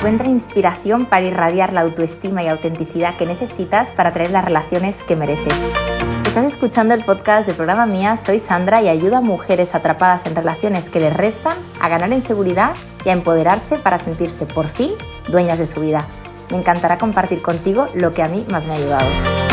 Encuentra inspiración para irradiar la autoestima y autenticidad que necesitas para atraer las relaciones que mereces. Estás escuchando el podcast de Programa Mía, soy Sandra y ayudo a mujeres atrapadas en relaciones que les restan a ganar en seguridad y a empoderarse para sentirse por fin dueñas de su vida. Me encantará compartir contigo lo que a mí más me ha ayudado.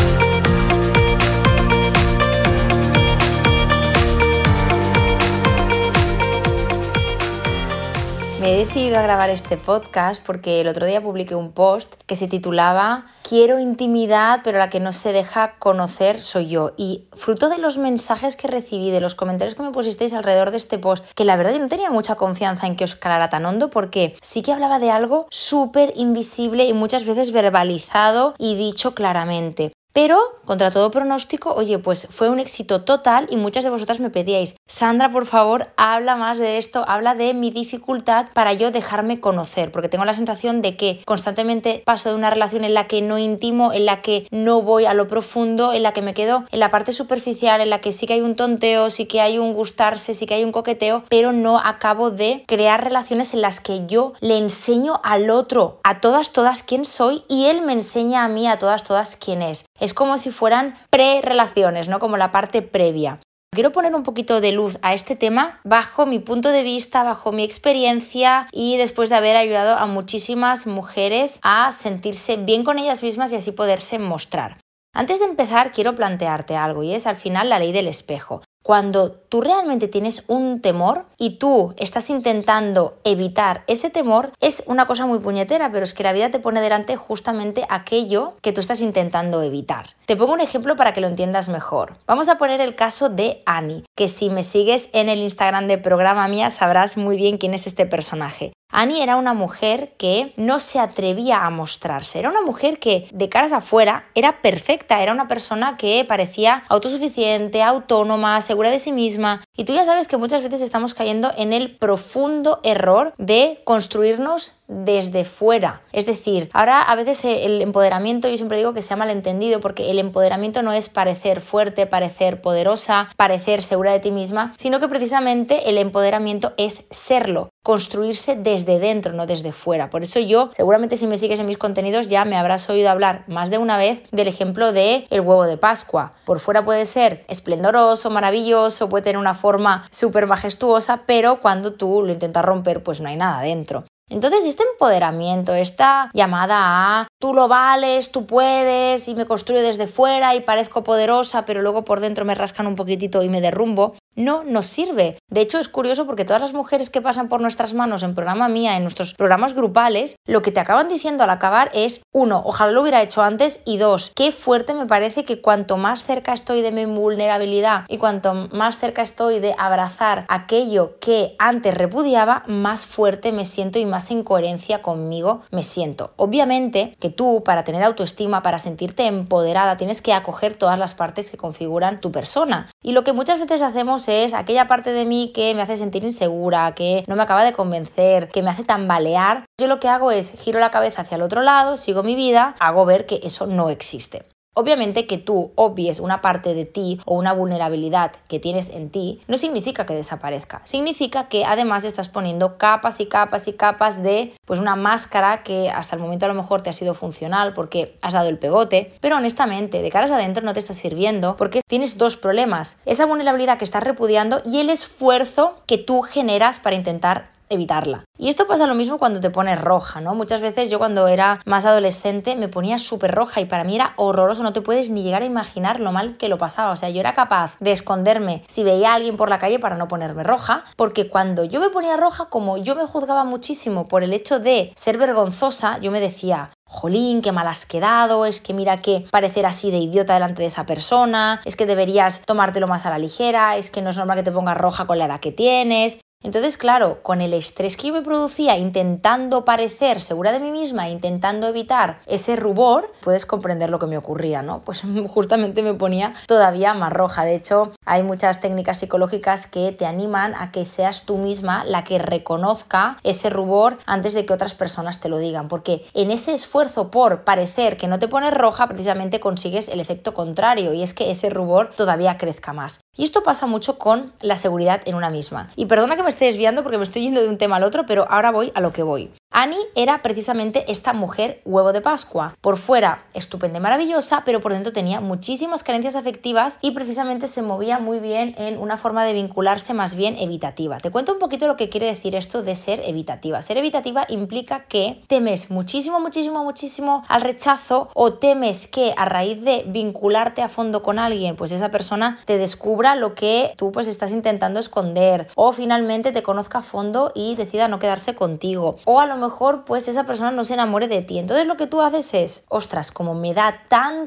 Me he decidido a grabar este podcast porque el otro día publiqué un post que se titulaba "Quiero intimidad, pero la que no se deja conocer soy yo". Y fruto de los mensajes que recibí, de los comentarios que me pusisteis alrededor de este post, que la verdad yo no tenía mucha confianza en que os calara tan hondo porque sí que hablaba de algo súper invisible y muchas veces verbalizado y dicho claramente. Pero, contra todo pronóstico, pues fue un éxito total y muchas de vosotras me pedíais: Sandra, por favor, habla más de esto, habla de mi dificultad para yo dejarme conocer, porque tengo la sensación de que constantemente paso de una relación en la que no intimo, en la que no voy a lo profundo, en la que me quedo en la parte superficial, en la que sí que hay un tonteo, sí que hay un gustarse, sí que hay un coqueteo, pero no acabo de crear relaciones en las que yo le enseño al otro, a todas quién soy y él me enseña a mí a todas quién es. Es como si fueran pre-relaciones, ¿no? Como la parte previa. Quiero poner un poquito de luz a este tema bajo mi punto de vista, bajo mi experiencia y después de haber ayudado a muchísimas mujeres a sentirse bien con ellas mismas y así poderse mostrar. Antes de empezar, quiero plantearte algo y es al final la ley del espejo. Cuando tú realmente tienes un temor y tú estás intentando evitar ese temor, es una cosa muy puñetera, pero es que la vida te pone delante justamente aquello que tú estás intentando evitar. Te pongo un ejemplo para que lo entiendas mejor. Vamos a poner el caso de Annie, que si me sigues en el Instagram de Programa Mía sabrás muy bien quién es este personaje. Annie era una mujer que no se atrevía a mostrarse, era una mujer que de caras afuera era perfecta, era una persona que parecía autosuficiente, autónoma, segura de sí misma, y tú ya sabes que muchas veces estamos cayendo en el profundo error de construirnos desde fuera. Es decir, ahora a veces el empoderamiento, yo siempre digo que se ha malentendido porque el empoderamiento no es parecer fuerte, parecer poderosa, parecer segura de ti misma, sino que precisamente el empoderamiento es serlo, construirse desde dentro, no desde fuera. Por eso yo, seguramente si me sigues en mis contenidos ya me habrás oído hablar más de una vez del ejemplo de el huevo de Pascua. Por fuera puede ser esplendoroso, maravilloso, puede tener una forma súper majestuosa, pero cuando tú lo intentas romper, pues no hay nada dentro. Entonces este empoderamiento, esta llamada a tú lo vales, tú puedes y me construyo desde fuera y parezco poderosa pero luego por dentro me rascan un poquitito y me derrumbo, no nos sirve. De hecho es curioso porque todas las mujeres que pasan por nuestras manos en Programa Mía, en nuestros programas grupales, lo que te acaban diciendo al acabar es: 1, ojalá lo hubiera hecho antes, y 2, qué fuerte me parece que cuanto más cerca estoy de mi vulnerabilidad y cuanto más cerca estoy de abrazar aquello que antes repudiaba, más fuerte me siento y más en coherencia conmigo me siento. Obviamente que tú, para tener autoestima, para sentirte empoderada, tienes que acoger todas las partes que configuran tu persona. Y lo que muchas veces hacemos es aquella parte de mí que me hace sentir insegura, que no me acaba de convencer, que me hace tambalear. Yo lo que hago es giro la cabeza hacia el otro lado, sigo mi vida, hago ver que eso no existe. Obviamente que tú obvies una parte de ti o una vulnerabilidad que tienes en ti no significa que desaparezca, significa que además estás poniendo capas y capas y capas de una máscara que hasta el momento a lo mejor te ha sido funcional porque has dado el pegote, pero honestamente de caras adentro no te está sirviendo porque tienes dos problemas: esa vulnerabilidad que estás repudiando y el esfuerzo que tú generas para intentar evitarla. Y esto pasa lo mismo cuando te pones roja, ¿no? Muchas veces yo cuando era más adolescente me ponía súper roja y para mí era horroroso, no te puedes ni llegar a imaginar lo mal que lo pasaba. O sea, yo era capaz de esconderme si veía a alguien por la calle para no ponerme roja, porque cuando yo me ponía roja, como yo me juzgaba muchísimo por el hecho de ser vergonzosa, yo me decía: jolín, qué mal has quedado, es que mira que parecer así de idiota delante de esa persona, es que deberías tomártelo más a la ligera, es que no es normal que te pongas roja con la edad que tienes. Entonces, claro, con el estrés que yo me producía intentando parecer segura de mí misma, intentando evitar ese rubor, puedes comprender lo que me ocurría, ¿no? Pues justamente me ponía todavía más roja. De hecho, hay muchas técnicas psicológicas que te animan a que seas tú misma la que reconozca ese rubor antes de que otras personas te lo digan, porque en ese esfuerzo por parecer que no te pones roja, precisamente consigues el efecto contrario, y es que ese rubor todavía crezca más. Y esto pasa mucho con la seguridad en una misma. Y perdona que me esté desviando porque me estoy yendo de un tema al otro, pero ahora voy a lo que voy. Annie era precisamente esta mujer huevo de Pascua. Por fuera, estupenda y maravillosa, pero por dentro tenía muchísimas carencias afectivas y precisamente se movía muy bien en una forma de vincularse más bien evitativa. Te cuento un poquito lo que quiere decir esto de ser evitativa. Ser evitativa implica que temes muchísimo, muchísimo, muchísimo al rechazo, o temes que a raíz de vincularte a fondo con alguien, pues esa persona te descubra lo que tú pues estás intentando esconder, o finalmente te conozca a fondo y decida no quedarse contigo, o a lo mejor pues esa persona no se enamore de ti. Entonces lo que tú haces es, ostras, como me da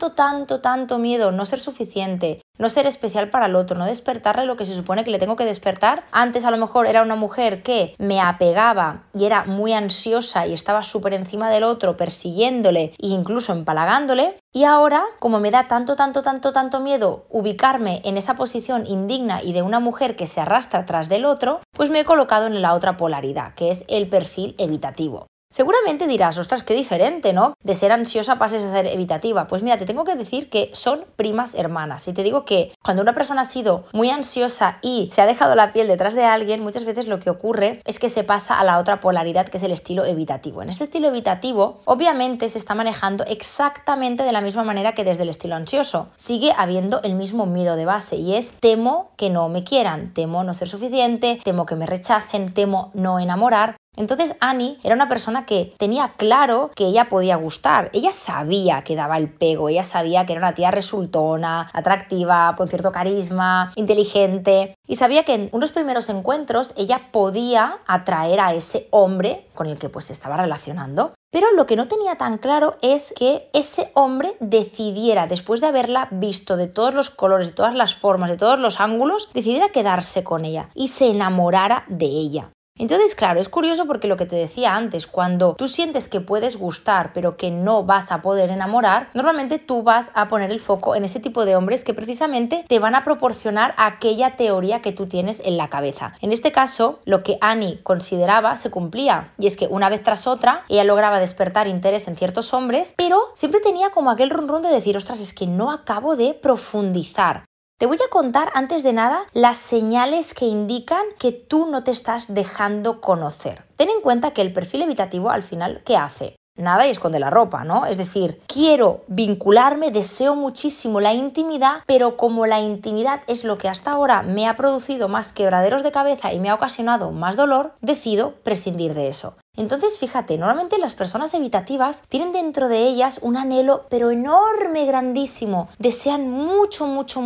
tanto miedo no ser suficiente, no ser especial para el otro, no despertarle lo que se supone que le tengo que despertar. Antes a lo mejor era una mujer que me apegaba y era muy ansiosa y estaba súper encima del otro, persiguiéndole e incluso empalagándole. Y ahora, como me da tanto miedo ubicarme en esa posición indigna y de una mujer que se arrastra tras del otro, pues me he colocado en la otra polaridad, que es el perfil evitativo. Seguramente dirás, ostras, qué diferente, ¿no? De ser ansiosa pases a ser evitativa. Pues mira, te tengo que decir que son primas hermanas. Y te digo que cuando una persona ha sido muy ansiosa y se ha dejado la piel detrás de alguien, muchas veces lo que ocurre es que se pasa a la otra polaridad, que es el estilo evitativo. En este estilo evitativo, obviamente se está manejando exactamente de la misma manera que desde el estilo ansioso. Sigue habiendo el mismo miedo de base y es: temo que no me quieran, temo no ser suficiente, temo que me rechacen, temo no enamorar. Entonces Annie era una persona que tenía claro que ella podía gustar. Ella sabía que daba el pego, ella sabía que era una tía resultona, atractiva, con cierto carisma, inteligente, y sabía que en unos primeros encuentros ella podía atraer a ese hombre con el que pues se estaba relacionando. Pero lo que no tenía tan claro es que ese hombre decidiera, después de haberla visto de todos los colores, de todas las formas, de todos los ángulos, decidiera quedarse con ella y se enamorara de ella. Entonces, claro, es curioso porque lo que te decía antes, cuando tú sientes que puedes gustar pero que no vas a poder enamorar, normalmente tú vas a poner el foco en ese tipo de hombres que precisamente te van a proporcionar aquella teoría que tú tienes en la cabeza. En este caso, lo que Annie consideraba se cumplía, y es que una vez tras otra ella lograba despertar interés en ciertos hombres, pero siempre tenía como aquel run de decir, ostras, es que no acabo de profundizar. Te voy a contar antes de nada las señales que indican que tú no te estás dejando conocer. Ten en cuenta que el perfil evitativo al final, ¿qué hace? Nada y esconde la ropa, ¿no? Es decir, quiero vincularme, deseo muchísimo la intimidad, pero como la intimidad es lo que hasta ahora me ha producido más quebraderos de cabeza y me ha ocasionado más dolor, decido prescindir de eso. Entonces, fíjate, normalmente las personas evitativas tienen dentro de ellas un anhelo, pero enorme, grandísimo. Desean mucho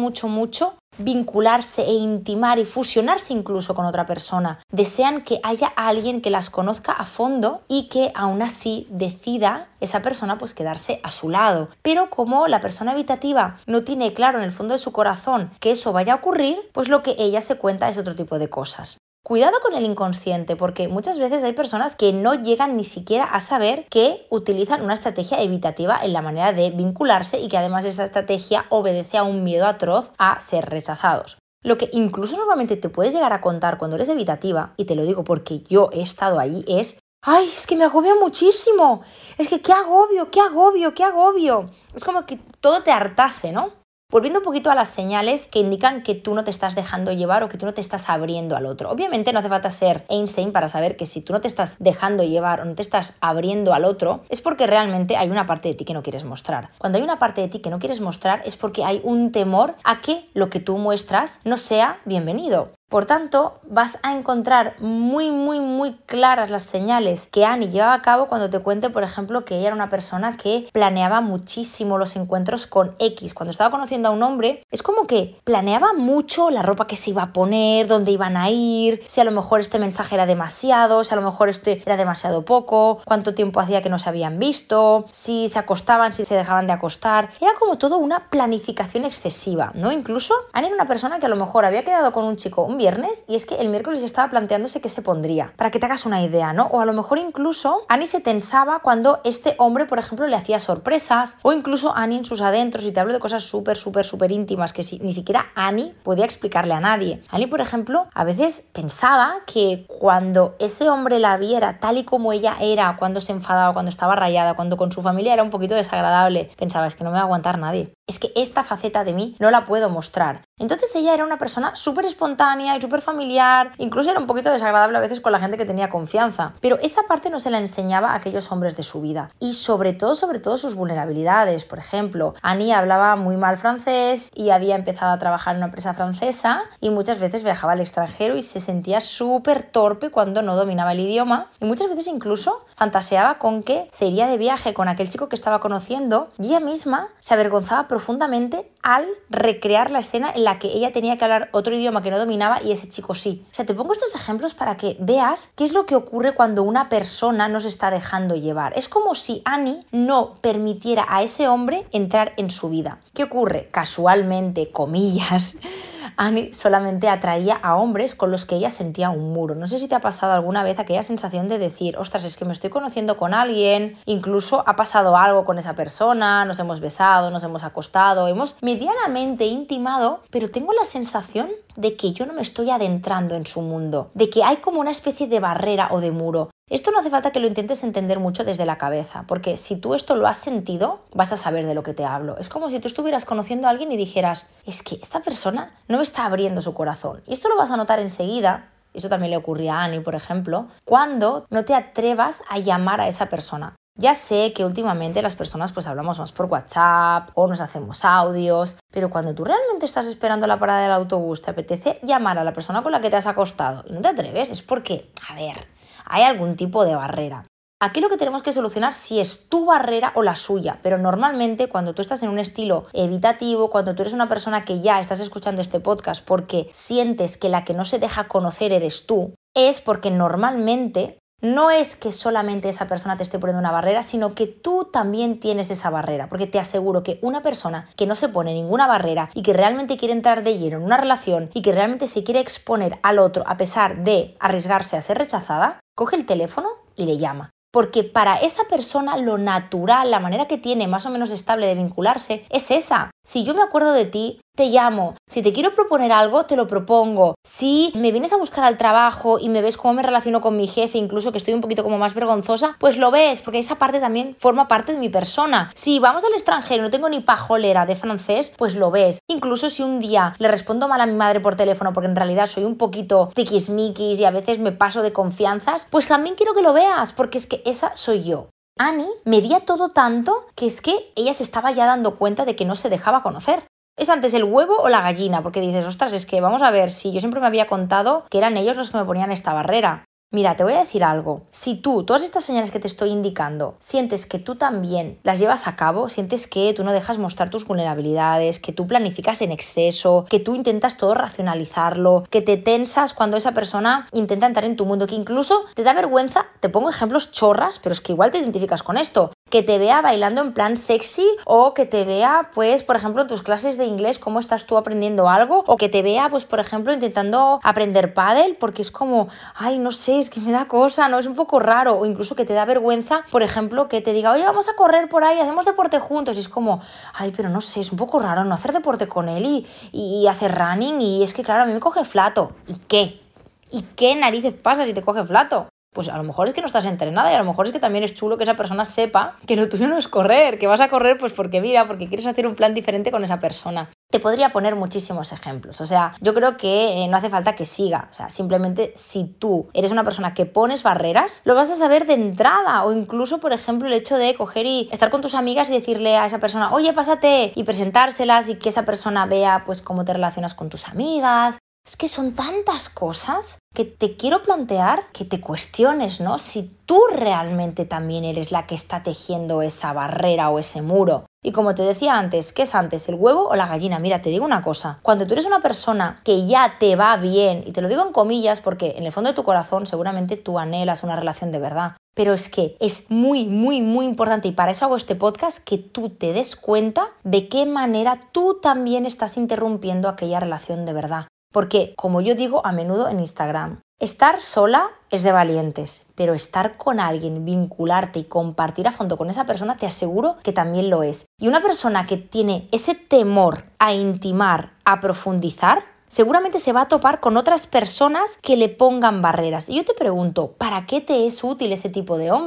vincularse e intimar y fusionarse incluso con otra persona. Desean que haya alguien que las conozca a fondo y que aún así decida esa persona pues quedarse a su lado. Pero como la persona evitativa no tiene claro en el fondo de su corazón que eso vaya a ocurrir, pues lo que ella se cuenta es otro tipo de cosas. Cuidado con el inconsciente, porque muchas veces hay personas que no llegan ni siquiera a saber que utilizan una estrategia evitativa en la manera de vincularse y que además esta estrategia obedece a un miedo atroz a ser rechazados. Lo que incluso normalmente te puedes llegar a contar cuando eres evitativa, y te lo digo porque yo he estado allí, es: ¡ay, es que me agobia muchísimo! Es que qué agobio! Es como que todo te hartase, ¿no? Volviendo un poquito a las señales que indican que tú no te estás dejando llevar o que tú no te estás abriendo al otro. Obviamente no hace falta ser Einstein para saber que si tú no te estás dejando llevar o no te estás abriendo al otro, es porque realmente hay una parte de ti que no quieres mostrar. Cuando hay una parte de ti que no quieres mostrar es porque hay un temor a que lo que tú muestras no sea bienvenido. Por tanto, vas a encontrar muy claras las señales que Annie llevaba a cabo cuando te cuente, por ejemplo, que ella era una persona que planeaba muchísimo los encuentros con X. Cuando estaba conociendo a un hombre, es como que planeaba mucho la ropa que se iba a poner, dónde iban a ir, si a lo mejor este mensaje era demasiado, si a lo mejor este era demasiado poco, cuánto tiempo hacía que no se habían visto, si se acostaban, si se dejaban de acostar. Era como todo una planificación excesiva, ¿no? Incluso Annie era una persona que a lo mejor había quedado con un chico un viernes y es que el miércoles estaba planteándose qué se pondría, para que te hagas una idea, ¿no? O a lo mejor incluso Annie se tensaba cuando este hombre, por ejemplo, le hacía sorpresas, o incluso Annie en sus adentros, y te hablo de cosas súper íntimas que ni siquiera Annie podía explicarle a nadie. Annie, por ejemplo, a veces pensaba que cuando ese hombre la viera tal y como ella era, cuando se enfadaba, cuando estaba rayada, cuando con su familia era un poquito desagradable, pensaba: es que no me va a aguantar nadie. es que esta faceta de mí no la puedo mostrar. Entonces ella era una persona súper espontánea y súper familiar, incluso era un poquito desagradable a veces con la gente que tenía confianza, pero esa parte no se la enseñaba a aquellos hombres de su vida. Y sobre todo sus vulnerabilidades. Por ejemplo, Annie hablaba muy mal francés y había empezado a trabajar en una empresa francesa y muchas veces viajaba al extranjero y se sentía súper torpe cuando no dominaba el idioma, y muchas veces incluso fantaseaba con que se iría de viaje con aquel chico que estaba conociendo y ella misma se avergonzaba profundamente al recrear la escena en la que ella tenía que hablar otro idioma que no dominaba y ese chico sí. O sea, te pongo estos ejemplos para que veas qué es lo que ocurre cuando una persona no se está dejando llevar. Es como si Annie no permitiera a ese hombre entrar en su vida. ¿Qué ocurre? Casualmente, comillas, Annie solamente atraía a hombres con los que ella sentía un muro. No sé si te ha pasado alguna vez aquella sensación de decir, ostras, es que me estoy conociendo con alguien, incluso ha pasado algo con esa persona, nos hemos besado, nos hemos acostado, hemos medianamente intimado, pero tengo la sensación de que yo no me estoy adentrando en su mundo, de que hay como una especie de barrera o de muro. Esto no hace falta que lo intentes entender mucho desde la cabeza, porque si tú esto lo has sentido, vas a saber de lo que te hablo. Es como si tú estuvieras conociendo a alguien y dijeras, es que esta persona no me está abriendo su corazón. Y esto lo vas a notar enseguida, eso también le ocurría a Annie, por ejemplo, cuando no te atrevas a llamar a esa persona. Ya sé que últimamente las personas pues hablamos más por WhatsApp o nos hacemos audios, pero cuando tú realmente estás esperando la parada del autobús, te apetece llamar a la persona con la que te has acostado y no te atreves, es porque, a ver, hay algún tipo de barrera. Aquí lo que tenemos que solucionar si es tu barrera o la suya, pero normalmente cuando tú estás en un estilo evitativo, cuando tú eres una persona que ya estás escuchando este podcast porque sientes que la que no se deja conocer eres tú, es porque normalmente no es que solamente esa persona te esté poniendo una barrera, sino que tú también tienes esa barrera, porque te aseguro que una persona que no se pone ninguna barrera y que realmente quiere entrar de lleno en una relación y que realmente se quiere exponer al otro a pesar de arriesgarse a ser rechazada, coge el teléfono y le llama. Porque para esa persona lo natural, la manera que tiene más o menos estable de vincularse es esa. Si yo me acuerdo de ti, te llamo. Si te quiero proponer algo, te lo propongo. Si me vienes a buscar al trabajo y me ves cómo me relaciono con mi jefe, incluso que estoy un poquito como más vergonzosa, pues lo ves, porque esa parte también forma parte de mi persona. Si vamos al extranjero y no tengo ni pajolera de francés, pues lo ves. Incluso si un día le respondo mal a mi madre por teléfono porque en realidad soy un poquito tiquismiquis y a veces me paso de confianzas, pues también quiero que lo veas, porque es que esa soy yo. Annie medía todo tanto que es que ella se estaba ya dando cuenta de que no se dejaba conocer. ¿Es antes el huevo o la gallina? Porque dices, ostras, es que vamos a ver, si yo siempre me había contado que eran ellos los que me ponían esta barrera. Mira, te voy a decir algo. Si tú, todas estas señales que te estoy indicando, sientes que tú también las llevas a cabo, sientes que tú no dejas mostrar tus vulnerabilidades, que tú planificas en exceso, que tú intentas todo racionalizarlo, que te tensas cuando esa persona intenta entrar en tu mundo, que incluso te da vergüenza, te pongo ejemplos chorras, pero es que igual te identificas con esto, que te vea bailando en plan sexy o que te vea, pues, por ejemplo, en tus clases de inglés, cómo estás tú aprendiendo algo, o que te vea, pues, por ejemplo, intentando aprender pádel, porque es como, ay, no sé, es que me da cosa, ¿no? Es un poco raro, o incluso que te da vergüenza, por ejemplo, que te diga, oye, vamos a correr por ahí, hacemos deporte juntos, y es como, ay, pero no sé, es un poco raro no hacer deporte con él y hacer running, y es que, claro, a mí me coge flato. ¿Y qué? ¿Y qué narices pasa si te coge flato? Pues a lo mejor es que no estás entrenada y a lo mejor es que también es chulo que esa persona sepa que lo tuyo no es correr, que vas a correr pues porque mira, porque quieres hacer un plan diferente con esa persona. Te podría poner muchísimos ejemplos, o sea, yo creo que no hace falta que siga, o sea, simplemente si tú eres una persona que pones barreras, lo vas a saber de entrada, o incluso, por ejemplo, el hecho de coger y estar con tus amigas y decirle a esa persona, oye, pásate, y presentárselas y que esa persona vea pues cómo te relacionas con tus amigas. Es que son tantas cosas que te quiero plantear que te cuestiones, ¿no? Si tú realmente también eres la que está tejiendo esa barrera o ese muro. Y como te decía antes, ¿qué es antes, el huevo o la gallina? Mira, te digo una cosa. Cuando tú eres una persona que ya te va bien, y te lo digo en comillas porque en el fondo de tu corazón seguramente tú anhelas una relación de verdad. Pero es que es muy, muy, muy importante, y para eso hago este podcast, que tú te des cuenta de qué manera tú también estás interrumpiendo aquella relación de verdad. Porque, como yo digo a menudo en Instagram, estar sola es de valientes, pero estar con alguien, vincularte y compartir a fondo con esa persona, te aseguro que también lo es. Y una persona que tiene ese temor a intimar, a profundizar, seguramente se va a topar con otras personas que le pongan barreras. Y yo te pregunto, ¿para qué te es útil ese tipo de hombres?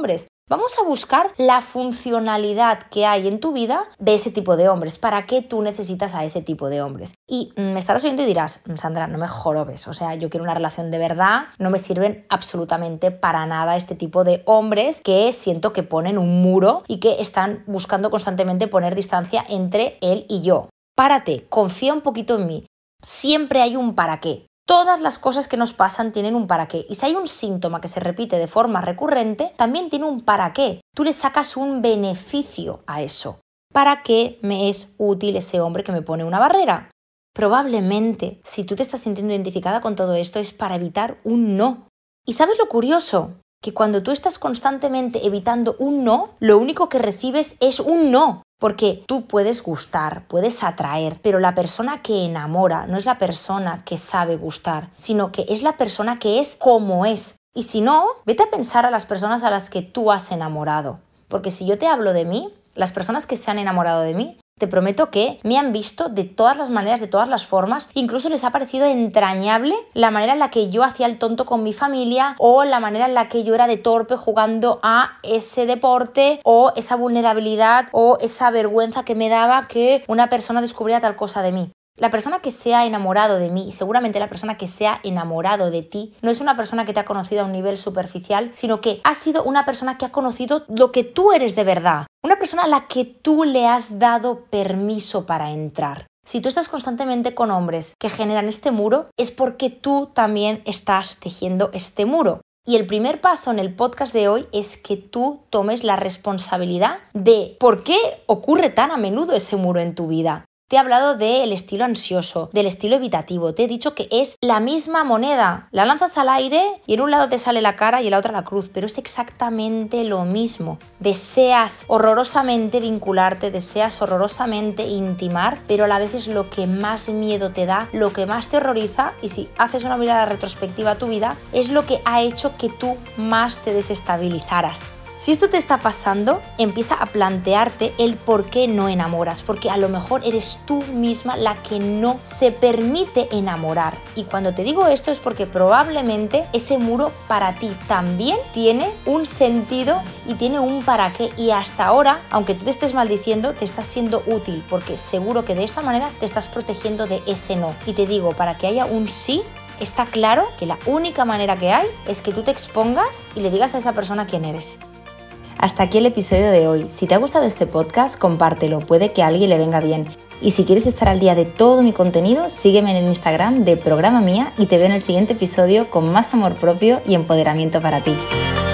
Vamos a buscar la funcionalidad que hay en tu vida de ese tipo de hombres. ¿Para qué tú necesitas a ese tipo de hombres? Y me estarás oyendo y dirás, Sandra, no me jorobes. O sea, yo quiero una relación de verdad. No me sirven absolutamente para nada este tipo de hombres que siento que ponen un muro y que están buscando constantemente poner distancia entre él y yo. Párate, confía un poquito en mí. Siempre hay un para qué. Todas las cosas que nos pasan tienen un para qué. Y si hay un síntoma que se repite de forma recurrente, también tiene un para qué. Tú le sacas un beneficio a eso. ¿Para qué me es útil ese hombre que me pone una barrera? Probablemente, si tú te estás sintiendo identificada con todo esto, es para evitar un no. ¿Y sabes lo curioso? Que cuando tú estás constantemente evitando un no, lo único que recibes es un no. Porque tú puedes gustar, puedes atraer, pero la persona que enamora no es la persona que sabe gustar, sino que es la persona que es como es. Y si no, vete a pensar a las personas a las que tú has enamorado. Porque si yo te hablo de mí, las personas que se han enamorado de mí, te prometo que me han visto de todas las maneras, de todas las formas, incluso les ha parecido entrañable la manera en la que yo hacía el tonto con mi familia o la manera en la que yo era de torpe jugando a ese deporte o esa vulnerabilidad o esa vergüenza que me daba que una persona descubriera tal cosa de mí. La persona que se ha enamorado de mí y seguramente la persona que se ha enamorado de ti no es una persona que te ha conocido a un nivel superficial, sino que ha sido una persona que ha conocido lo que tú eres de verdad. Una persona a la que tú le has dado permiso para entrar. Si tú estás constantemente con hombres que generan este muro, es porque tú también estás tejiendo este muro. Y el primer paso en el podcast de hoy es que tú tomes la responsabilidad de por qué ocurre tan a menudo ese muro en tu vida. Te he hablado del estilo ansioso, del estilo evitativo. Te he dicho que es la misma moneda. La lanzas al aire y en un lado te sale la cara y en la otra la cruz, pero es exactamente lo mismo. Deseas horrorosamente vincularte, deseas horrorosamente intimar, pero a la vez es lo que más miedo te da, lo que más te horroriza, y si haces una mirada retrospectiva a tu vida, es lo que ha hecho que tú más te desestabilizaras. Si esto te está pasando, empieza a plantearte el por qué no enamoras, porque a lo mejor eres tú misma la que no se permite enamorar. Y cuando te digo esto es porque probablemente ese muro para ti también tiene un sentido y tiene un para qué. Y hasta ahora, aunque tú te estés maldiciendo, te está siendo útil, porque seguro que de esta manera te estás protegiendo de ese no. Y te digo, para que haya un sí, está claro que la única manera que hay es que tú te expongas y le digas a esa persona quién eres. Hasta aquí el episodio de hoy. Si te ha gustado este podcast, compártelo, puede que a alguien le venga bien. Y si quieres estar al día de todo mi contenido, sígueme en el Instagram de Programa Mía y te veo en el siguiente episodio con más amor propio y empoderamiento para ti.